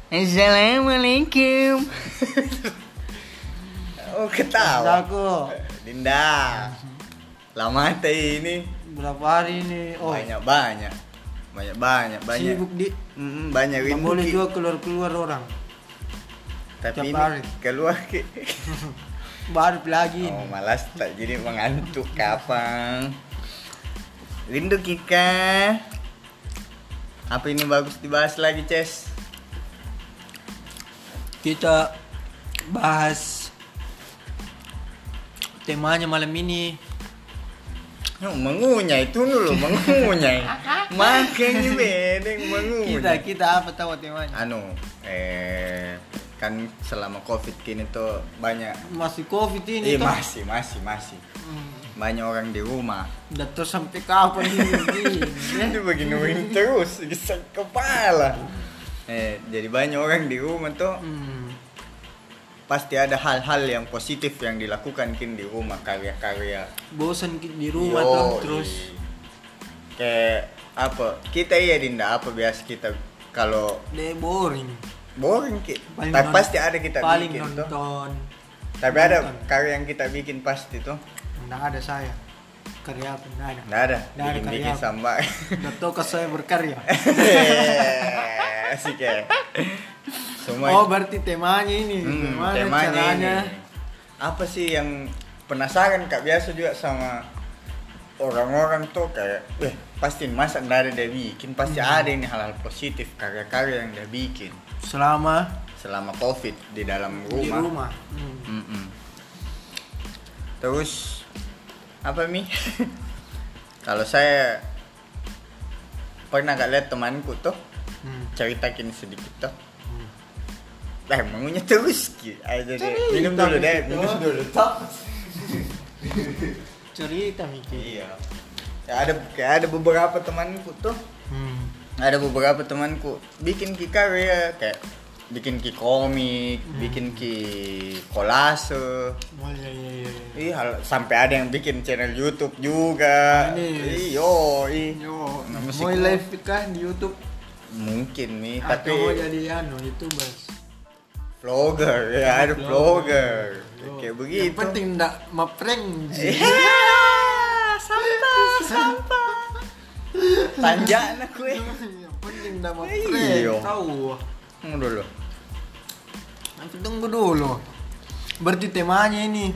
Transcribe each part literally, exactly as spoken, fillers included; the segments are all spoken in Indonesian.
Assalamualaikum. Oh, ketawa. Aku. Dinda. Lama teh ini. Berapa hari ini? Oh, Banyak banyak. Banyak banyak banyak. sibuk di. Mm, banyak Tak rindu, boleh Ki. juga keluar-keluar orang. Tapi tiap ini hari. keluar Ki. Baru lagi. Oh, malas tak jadi mengantuk kapan. Rindu Kika. Apa ini bagus dibahas lagi, Ces? Kita bahas temanya malam ini. Oh, mengunyai itu dulu, mengunyai. Makanya bedeng Kita mengunyai. kita apa tahu temanya? Anu, eh kan selama Covid kini tuh banyak. Masih Covid ini Eh, toh. masih, masih, masih. Hmm. Banyak orang di rumah. Udah terus sampai kapan ini? Itu begini terus, bisa kepala. Eh, jadi banyak orang di rumah tuh. Hmm. Pasti ada hal-hal yang positif yang dilakukan kini di rumah, karya-karya. Bosan ki- di rumah Yo, tuh terus. Kayak apa? Kita iya Dinda, apa biasa kita kalau Deh boring. boring ki. Paling Tapi non- pasti ada kita paling bikin tuh. nonton. Tapi ada nonton. karya yang kita bikin pasti tuh. Nggak ada saya. Karya apa? Nggak ada. Nggak ada. Nggak ada Bikin-bikin karya apa. sama. Udah tau ke saya berkarya. Asik ya. Semua. Oh berarti temanya ini. Hmm, Gimana temanya caranya? ini. Apa sih yang penasaran Kak biasa juga sama orang-orang tuh kayak, eh pasti masa nggak ada dia bikin, pasti Hmm. ada ini hal-hal positif karya-karya yang dia bikin Selama selama Covid di dalam rumah. di rumah. Hmm. Mm-mm. Terus apa Mi? Kalau saya pernah gak lihat temanku tuh Hmm. ceritakin sedikit tuh. Hmm. Eh, mengunyah terus Ki. Ayo deh, Cerita minum dulu deh, gitu. minum dulu. Tok. Cerita Miki. Iya. Ya, ada kayak ada beberapa temanku tuh. Hmm. Ada beberapa temanku bikin ki karya kayak bikin ki komik, Hmm. bikin ki kolase. Oh iya iya iya. Ih, hal- sampai ada yang bikin channel YouTube juga. Manis. Iyo, ih. Yo, Nah, musik mau gua. live kah di YouTube? Mungkin nih, Atau tapi mau jadi anu YouTubers? vlogger, ya ada vlogger. Yo. Kayak Yang begitu. penting ndak maprank. Iya, sampah, sampah. Tanjak aku eh. Yang penting ndak Iya. maprank. Tahu. Tunggu dulu. Nanti tunggu dulu. Berarti temanya ini.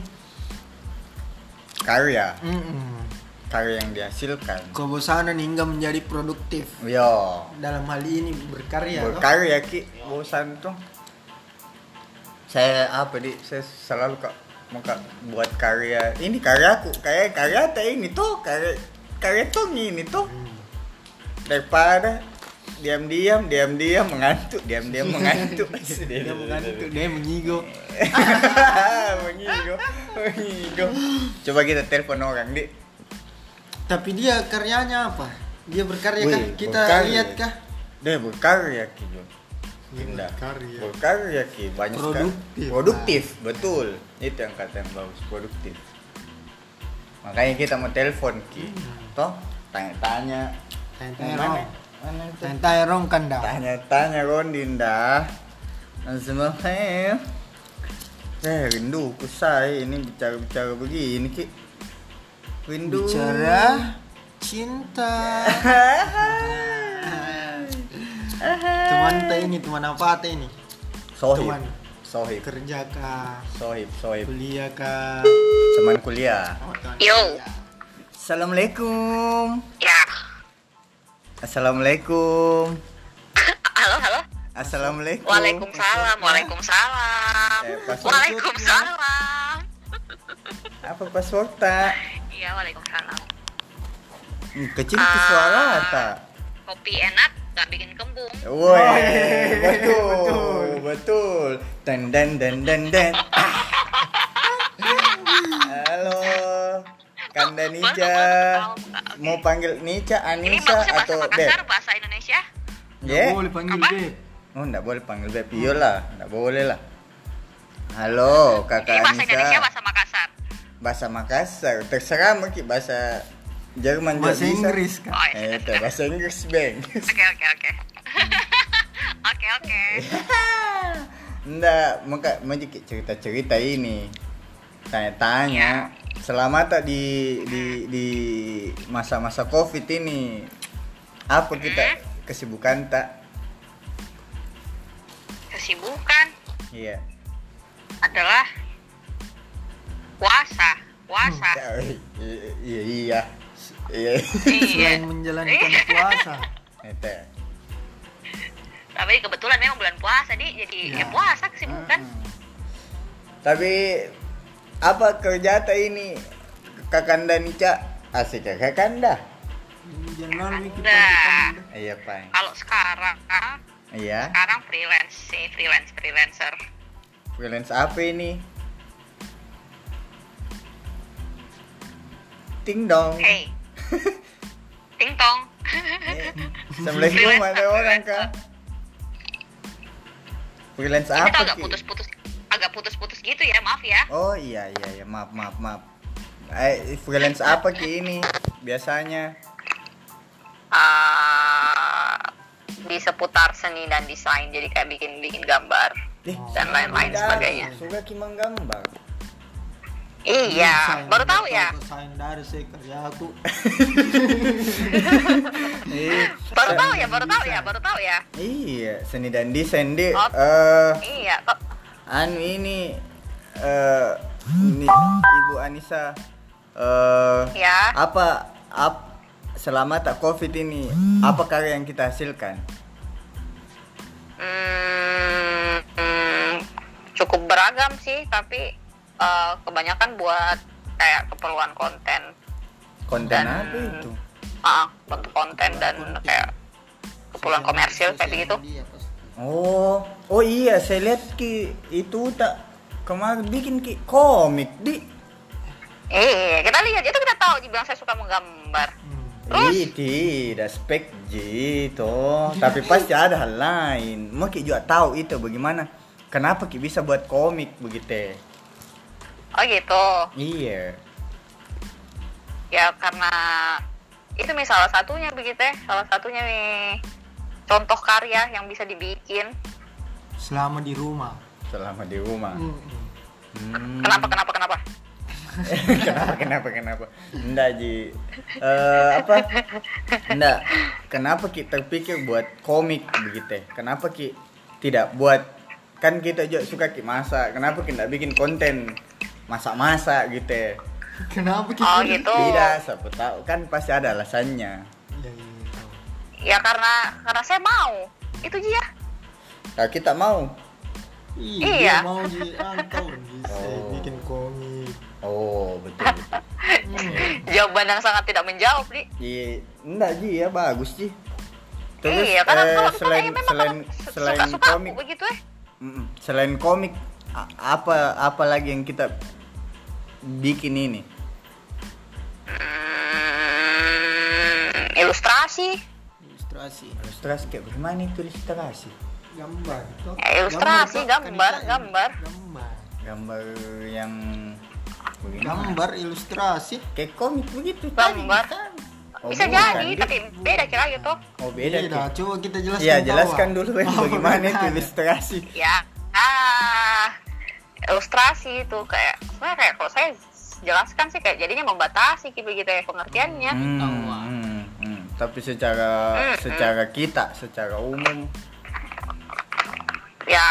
Karya, Mm-mm. karya yang dihasilkan. Kebosanan hingga menjadi produktif. Yo, Dalam hal ini berkarya. toh? berkarya ki, bosan tuh. Saya apa di, saya selalu kak mau kak buat karya. Ini karyaku, kayak karya teh ini tuh, karya karya tuh ini tuh. Hmm. Daripada diam-diam, diam-diam mengantuk, diam-diam mengantuk. Dia mengantuk, dia menyigo. mengigo, mengigo. Coba kita telepon orang di. Tapi dia karyanya apa? Dia berkarya kah? Wih, Kita berkarya. lihat kah? Dia berkarya ki Jo. Indah. Berkarya. Berkarya ki banyak sekali. Produktif. Produktif, betul. Itu yang kata yang bagus, produktif. Makanya kita mau telepon ki. Hmm. Toh, tanya-tanya. Tanya-tanya Mana? rong. Mana itu? Tanya-tanya rong kan dah. Tanya-tanya Ron Dinda. Semua hey. Eh, rindu ku say ini bicara-bicara begini ki. Rindu. Bicara cinta. Teman teh ini, teman apa teh ini? Sohib. Teman Sohib. kerja kah? Sohib, sohib. Kuliah kah? Teman kuliah. Oh, teman Yo. kuliah. Assalamualaikum. Ya. Assalamualaikum. Halo, halo. Assalamualaikum. Waalaikumsalam. Waalaikumsalam. Eh, password Waalaikumsalam. Apa passwordnya? Iya, waalaikumsalam. Hmm, kecil ke suara tak? Kopi enak, nggak bikin kembung. Woi, betul, betul. Dan dan dan dan dan. Halo, Kanda Nica. Mau panggil Nica, Ini Anissa bagusnya bahasa atau Beb? Makassar, bahasa Indonesia. Nggak Ya? boleh panggil Apa? Beb. Oh, enggak boleh panggil Beb. Iyalah, enggak boleh lah. Halo, Ini Kakak bahasa Indonesia, Anissa. bahasa Makassar. Bahasa Makassar, terserah mungkin bahasa Jerman juga Bahasa bisa. Inggris kan. Oh, ya Eh, sudah, itu sudah. bahasa Inggris, Bang. Oke, oke, oke. Oke oke. Nggak, maka mau cerita-cerita ini. Tanya-tanya. Selama tak di di di masa-masa Covid ini, apa kita kesibukan tak? Kesibukan Iya. adalah puasa, puasa. Iya iya iya. Iya. Iya. Selain menjalankan puasa. Itu. Tapi kebetulan memang bulan puasa, Di. Jadi ya, Ya. puasa kesibukan. Tapi apa kerja tak ini Kakanda Nica? Asik ya Kakanda. Jangan mikir Anda. Iya Pak. Kalau sekarang, Iya. sekarang freelance sih, freelance freelancer. Freelance apa ini? Ting dong. Hey, ting tong. Eh, Assalamualaikum ada orang kah? Freelance Ini tuh apa? agak Ki? putus-putus, agak putus-putus gitu ya, maaf ya. Oh iya iya iya maaf maaf maaf. Eh freelance apa Ki ini biasanya? Ah, di seputar seni dan desain, jadi kayak bikin-bikin gambar Eh, dan lain-lain tidak, sebagainya. Suka Ki menggambar. Iya, baru tahu ya. Sain dari saya kerja aku. Eh, Baru sen- tahu ya, baru tahu ya, baru tahu ya. Iya, seni dan desain deh. Oh. Eh, Iya, kok anu ini eh ini Ibu Anissa eh ya. apa ap, selama tak Covid ini apa karya yang kita hasilkan? Hmm, hmm, cukup beragam sih, tapi eh, kebanyakan buat kayak keperluan konten, Konten Dan- apa itu? ah, bentuk konten dan kayak keperluan komersil kayak begitu. Dia pasti. Oh, oh iya, saya lihat Ki itu tak kemarin bikin Ki komik di. Eh, kita lihat itu, kita tahu dibilang saya suka menggambar. Hmm. Terus? Ih, tidak spek gitu, tapi pasti ada hal lain. Mau Ki juga tahu itu bagaimana, kenapa Ki bisa buat komik begitu? Oh gitu. Iya. Ya karena itu nih salah satunya begitu ya, salah satunya nih contoh karya yang bisa dibikin. Selama di rumah. Selama di rumah. Hmm. Hmm. Kenapa kenapa kenapa? kenapa kenapa kenapa? Enggak Ji. Eh apa? Enggak. Kenapa Ki terpikir buat komik begitu? Kenapa Ki tidak buat, kan kita juga suka Ki masak. Kenapa Ki tidak bikin konten masak-masak gitu? Kenapa kita? Oh gitu. Tidak, siapa tahu kan pasti ada alasannya. Ya, iya, tahu. Ya karena karena saya mau. Itu Ji ya. Kalau kita mau. Iya, Iya. dia mau di antau bisa Oh. bikin komik. Oh, betul. betul. Jawaban yang sangat tidak menjawab, Di. Iya, enggak Ji ya, bagus Ji. Iya, karena eh, kalau selain misalnya memang selain kalau selain suka-suka komik, aku begitu ya. mm, selain komik a- apa apa lagi yang kita bikin ini? Hmm, ilustrasi. Ilustrasi. Ilustrasi kayak bagaimana itu ilustrasi? Gambar. Toh. Ya, ilustrasi, toh. gambar, Kan bisa- gambar. Gambar. Gambar yang bagaimana? Gambar ilustrasi. Kayak komik begitu. Gambar. tadi, kan? Oh, Bisa bukan, jadi, Di. tapi beda kira gitu. Oh, beda. Beda. Ki. Coba kita jelaskan. Iya, tahu, jelaskan ah. dulu kan Oh, bagaimana itu bagaimana? ilustrasi. Ya, ah, ilustrasi itu kayak, sebenarnya kayak kalau saya jelaskan sih kayak jadinya membatasi gitu begitu ya pengertiannya. Hmm, Tahu, ah. hmm, hmm. Tapi secara Hmm, secara kita, secara umum, Ya,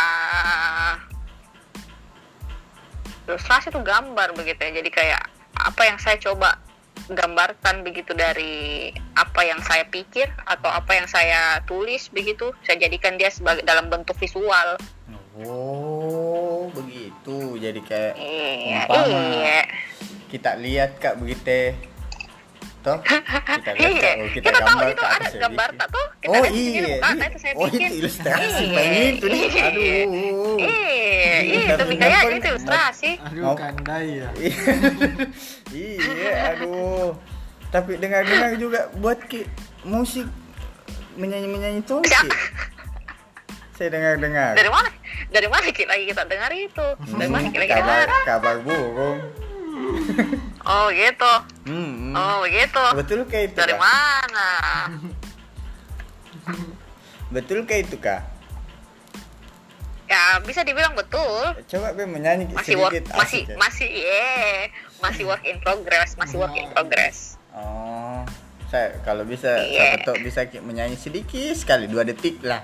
ilustrasi itu gambar begitu ya. Jadi kayak apa yang saya coba gambarkan begitu dari apa yang saya pikir atau apa yang saya tulis begitu, saya jadikan dia sebagai dalam bentuk visual. oh begitu. Jadi kayak Iya, umpama iya. kita lihat Kak begitu. Toh, kita lihat Iya, Kak, oh, kita, kita tahu gambar itu Kak, ada saya gambar bikin. tak tuh? Kita Oh lihat di sini iya, muka, iya. itu saya Oh bikin. itu ilustrasi, Iya, pengen itu nih. iya. Aduh. Iya, Iya, itu tapi kayak kenapa- itu ilustrasi. Aduh, Mau- kandai ya. Iya, aduh. Tapi dengar-dengar juga buat Ki musik menyanyi-menyanyi tuh Ki. Saya dengar-dengar. Dari mana? Dari mana kita lagi kita dengar itu? Dari mana kita lagi kabar dengar? kabar burung. Oh gitu. Hmm, hmm. Oh begitu. Betul kayak itu Dari Kak? mana? Betul kayak itu Kak? Ya bisa dibilang betul. Coba Be menyanyi Masih work, sedikit. masih asik ya. masih yeah, masih work in progress, masih work in progress. Oh, saya kalau bisa Iya. siapa tahu bisa Ki menyanyi sedikit sekali dua detik lah.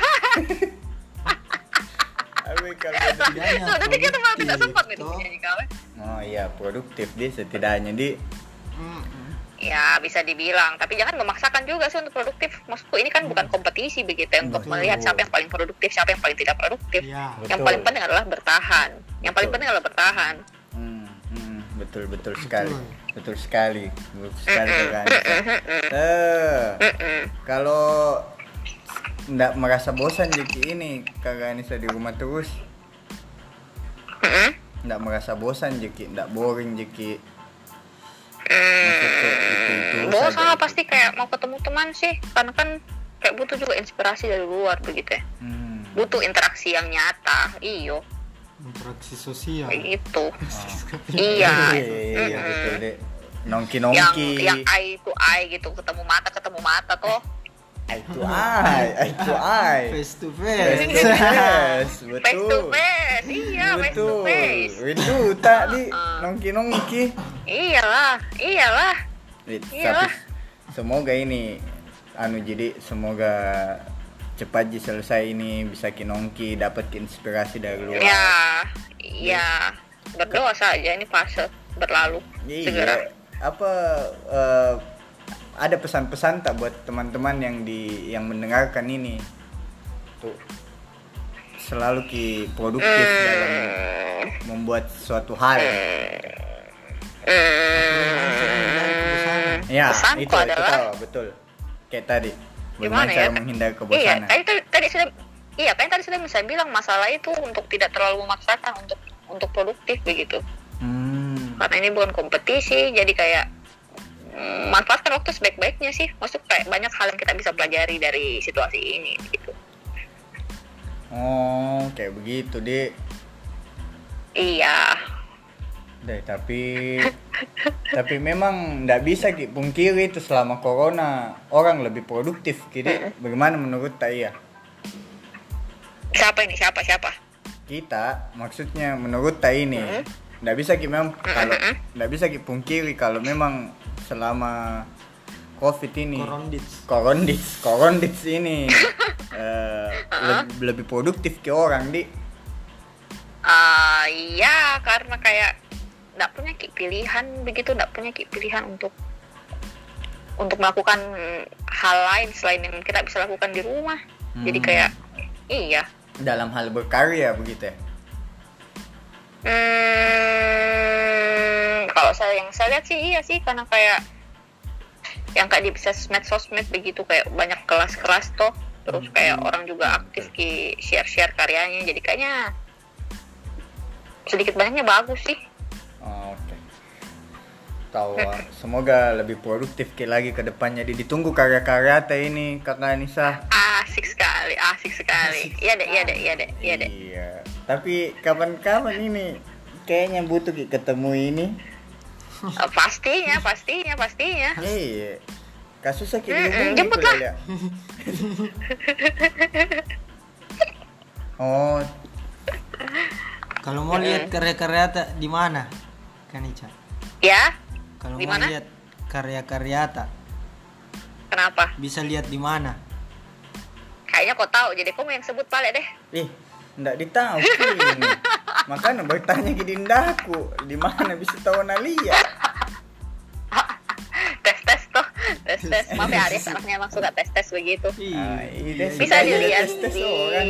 Abi kalau dua detik. Tidaknya Tuh, nanti kita malah tidak produktif, sempat nih toh. nyanyi kawan. Oh iya produktif dia setidaknya di. Mm-mm. Ya bisa dibilang, tapi jangan memaksakan juga sih untuk produktif. Maksudku ini kan bukan kompetisi begitu ya, untuk Betul. melihat siapa yang paling produktif, siapa yang paling tidak produktif. Ya. Yang Betul. paling penting adalah bertahan. Yang paling Betul. penting adalah bertahan. Hmm, hmm, betul betul sekali. Betul. Betul sekali. Betul sekali Kak Anissa. Eh, kalau nggak merasa bosan Jeki ini Kak Anissa di rumah terus, Mm-mm. nggak merasa bosan Jeki, nggak boring Jeki. Hmm, Maksudku itu-itu bosan saja lah gitu. pasti kayak mau ketemu teman sih, karena kan kayak butuh juga inspirasi dari luar begitu ya. Hmm. Butuh interaksi yang nyata, iyo, Interaksi sosial. kayak gitu. Oh. Iya. Iya, iya, iya, Mm-mm. betul deh. Yang Nongki-nongki. yang eye to eye gitu, ketemu mata ketemu mata toh. Eye to eye, eye to eye. Face to Face face. to face, betul. Face to face, iya face to Betul. face. Itu tadi Uh-uh. nongki-nongki. Iyalah, iyalah. Eh, Iyalah. Tapi semoga ini anu jadi semoga cepat ji selesai ini bisa kinongki dapat inspirasi dari luar. Ya, iya. Berdoa saja ini fase berlalu segera. Iya. Apa eh, ada pesan-pesan tak buat teman-teman yang di yang mendengarkan ini tuh selalu ki produktif dalam Hmm, membuat suatu hal. hmm, Ya, pesanku itu, itu adalah tahu, betul. Kayak tadi. gimana Bagaimana ya? cara menghindari Iya, kebosanan? tadi tadi, tadi sudah iya kan tadi sudah saya bilang masalah itu untuk tidak terlalu memaksakan untuk untuk produktif begitu. Hmm. Karena ini bukan kompetisi, jadi kayak mm, manfaatkan waktu sebaik-baiknya sih. Maksud kayak banyak hal yang kita bisa pelajari dari situasi ini gitu. Oh, kayak begitu, Dek. Iya. Deh, tapi tapi memang nggak bisa Ki pungkiri itu selama corona orang lebih produktif gitu. Bagaimana menurut tak iya? Siapa ini? Siapa? Siapa? Kita maksudnya menurut tak ini nggak bisa Ki memang kalau nggak bisa Ki pungkiri kalau memang selama covid ini Korondits. korondits korondits ini eh, lebih, lebih produktif ke orang di. Ah, iya, karena kayak nggak punya ki pilihan begitu, nggak punya ki pilihan untuk untuk melakukan hal lain selain yang kita bisa lakukan di rumah. Jadi Hmm. kayak iya. Dalam hal berkarya begitu ya. Hmm, kalau saya yang saya lihat sih iya sih, karena kayak yang kayak di sosmed sosmed begitu kayak banyak kelas-kelas toh, terus kayak orang juga aktif ki share-share karyanya, jadi kayaknya sedikit banyaknya bagus sih. Oh, oke. Tahu, ah. Semoga lebih produktif ke lagi ke depannya. Di ditunggu karya-karya teh ini Kakak Anissa. Asik sekali, asik sekali. Iya deh, iya deh, iya deh, iya deh. Iya. Tapi kapan-kapan ini kayaknya butuh Ki ketemu ini. Eh, pastinya, pastinya, pastinya. Iya. Kasusnya Ki Mm-mm, dihubungi jemputlah. pula, lihat. Oh, Kalau mau lihat karya-karya tak di mana? Kan Ica. Ya, Kalau Di mau mana? lihat karya-karya tak kenapa? bisa lihat di mana? Kayaknya kau tahu, jadi kamu yang sebut balik deh. ih, ndak ditahu Ki ini. Makanya bertanya ke dindaku, di mana bisa tahu Nalia? Tes tes toh, tes tes. Maaf ya Aris, anaknya emang suka tes tes begitu. Ah, iya, Bisa suka aja dilihat tes-tes di orang.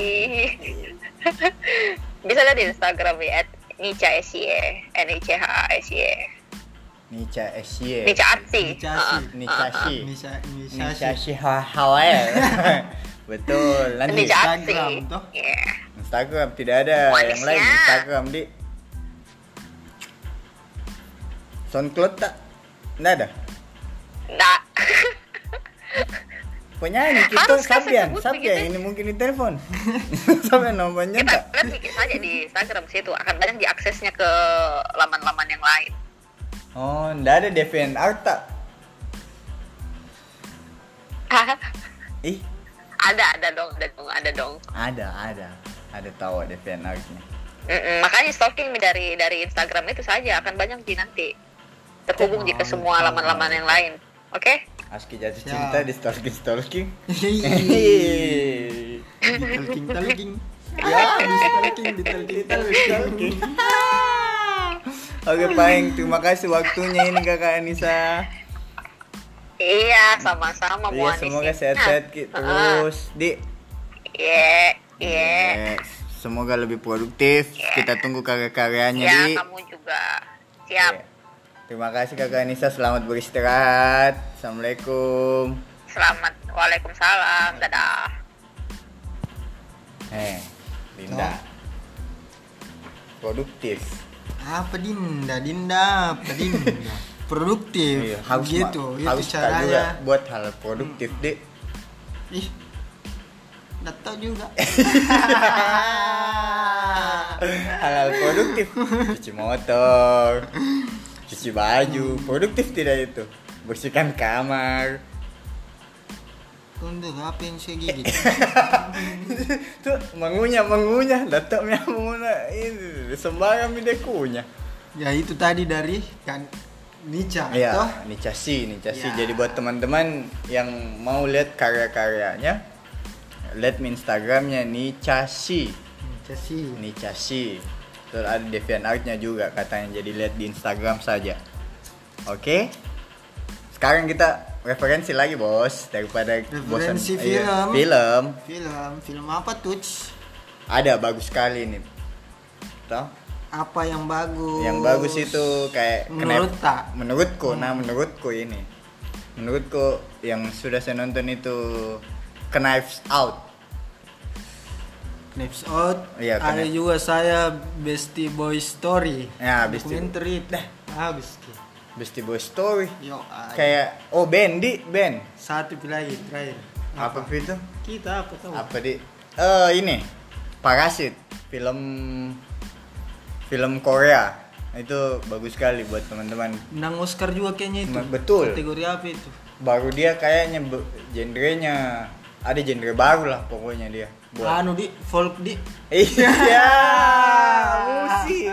bisa lihat di Instagram di at Nica S Y N I C H A S Y Nica S Y. Nica Arti. Nica Ah, Shi. Nica Shi. Bisa Nica bisa Shi Hawaii. Betul. Lanjut. Nica Arti. Instagram toh. Iya. Instagram tidak ada yang Manisnya. lain Instagram di SoundCloud tak? Nggak ada. Nggak. Penyanyi kita Harus kan Sabian, sebut Sabian begitu. ini mungkin di telepon. Sabian nomornya Kita tak? lihat bikin saja di Instagram situ, akan banyak diaksesnya ke laman-laman yang lain. Oh, nggak ada DeviantArt tak? Ih, ada ada dong, ada dong, ada dong. ada, ada. Ada tahu ada fan art-nya. Mm-mm, makanya stalking dari dari Instagram itu saja akan banyak Ji nanti terhubung Oh, jika semua betul. laman-laman yang lain. Oke? Aski jatuh Siap. cinta di stalking stalking. Talking talking. Ya, di talking di talking talking. Oke Paeng, terima kasih waktunya ini Kakak Anissa. Iya, sama-sama Iya, Muanis. semoga sehat-sehat Ki. terus. Di Iya, iya. Yes. Semoga lebih produktif. Kita tunggu karya-karyanya Ya, Di. kamu juga. Siap. Iya. Terima kasih Kakak Anissa, selamat beristirahat. Assalamualaikum. Selamat. Waalaikumsalam. Dadah. Eh, Dinda. Produktif. Apa Dinda? Dinda, apa Dinda? Produktif. Iya, harus gitu, ma- itu harus Kak juga caranya. buat hal produktif, Dik. Ih. Enggak tahu juga. Hal-hal produktif, cuci motor, cuci baju, produktif tidak itu? Bersihkan kamar. Untuk apa yang saya gigit? Tuh mengunyah mengunyah, datangnya mengunyah ini sembarang dia kunyah. Ya itu tadi dari kan Nica, toh? Iya, Nicasi, Nicasi. Ya. Jadi buat teman-teman yang mau lihat karya-karyanya, lihat Instagramnya Nicasi, Nica sih. Nicasi. Terus ada DeviantArt-nya juga katanya. Jadi lihat di Instagram saja. Oke. Sekarang kita referensi lagi bos daripada bosan. Referensi Iya, film. film. Film, film apa tuh? Ada bagus sekali nih. Toh? Apa yang bagus? Yang bagus itu kayak Menurut Knif- tak? menurutku, nah menurutku ini, menurutku yang sudah saya nonton itu Knives Out. Knives Out. Iya, Ada Knives- juga saya Beastie Boy Story. Ya, Beastie- Dokumenter itu. Habis. Ki. Beastie Boy Story. Yo, ada. Kayak oh band di band. Satu lagi terakhir. Apa, itu? Kita apa tahu? Apa di? Eh ini Parasit, film film Korea. Itu bagus sekali buat teman-teman. Menang Oscar juga kayaknya itu. Ma- betul. Kategori apa itu? Baru dia kayaknya be- genrenya ada genre baru lah pokoknya dia. Buat Anu di folk di. iya, musik.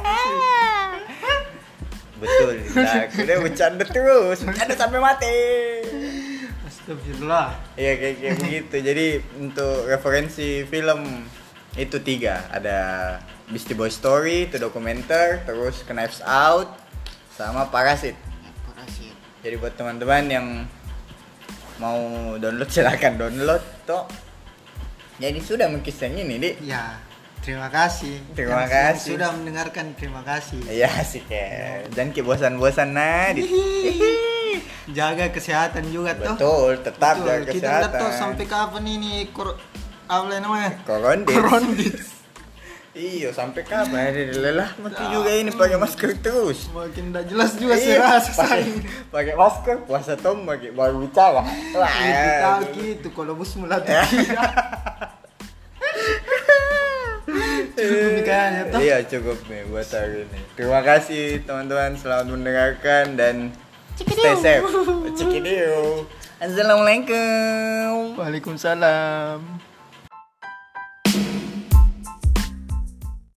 Betul, nah, udah bercanda terus, bercanda sampai mati. Astagfirullah. Iya kayak kayak begitu. Jadi untuk referensi film itu tiga, ada Beastie Boy Story, itu dokumenter, terus Knives Out, sama Parasit. Parasit. Jadi buat teman-teman yang mau download silakan download toh. Jadi sudah mengkisah ini, Dik. Ya, terima kasih. Terima Yang kasih. Sudah mendengarkan, terima kasih. Iya sih kayak jangan kayak bosan-bosan nah. Di- Jaga kesehatan juga toh. Betul, tetap Betul, jaga kita lihat kesehatan. toh sampai kapan ini kor apa namanya? Korondit. Korondit. Iya, sampai kapan? Ada lelah mati juga ini pakai masker terus. Makin tidak jelas juga sih Iya, rasa pakai saya. pakai masker puasa tom pakai baru bicara. Wah, Itu tahu gitu kalau bus melatih tidak. Cukup nih kayaknya toh. Iya cukup nih buat hari ini. Terima kasih teman-teman, selamat mendengarkan dan stay safe. Cikidiu. Assalamualaikum. Waalaikumsalam.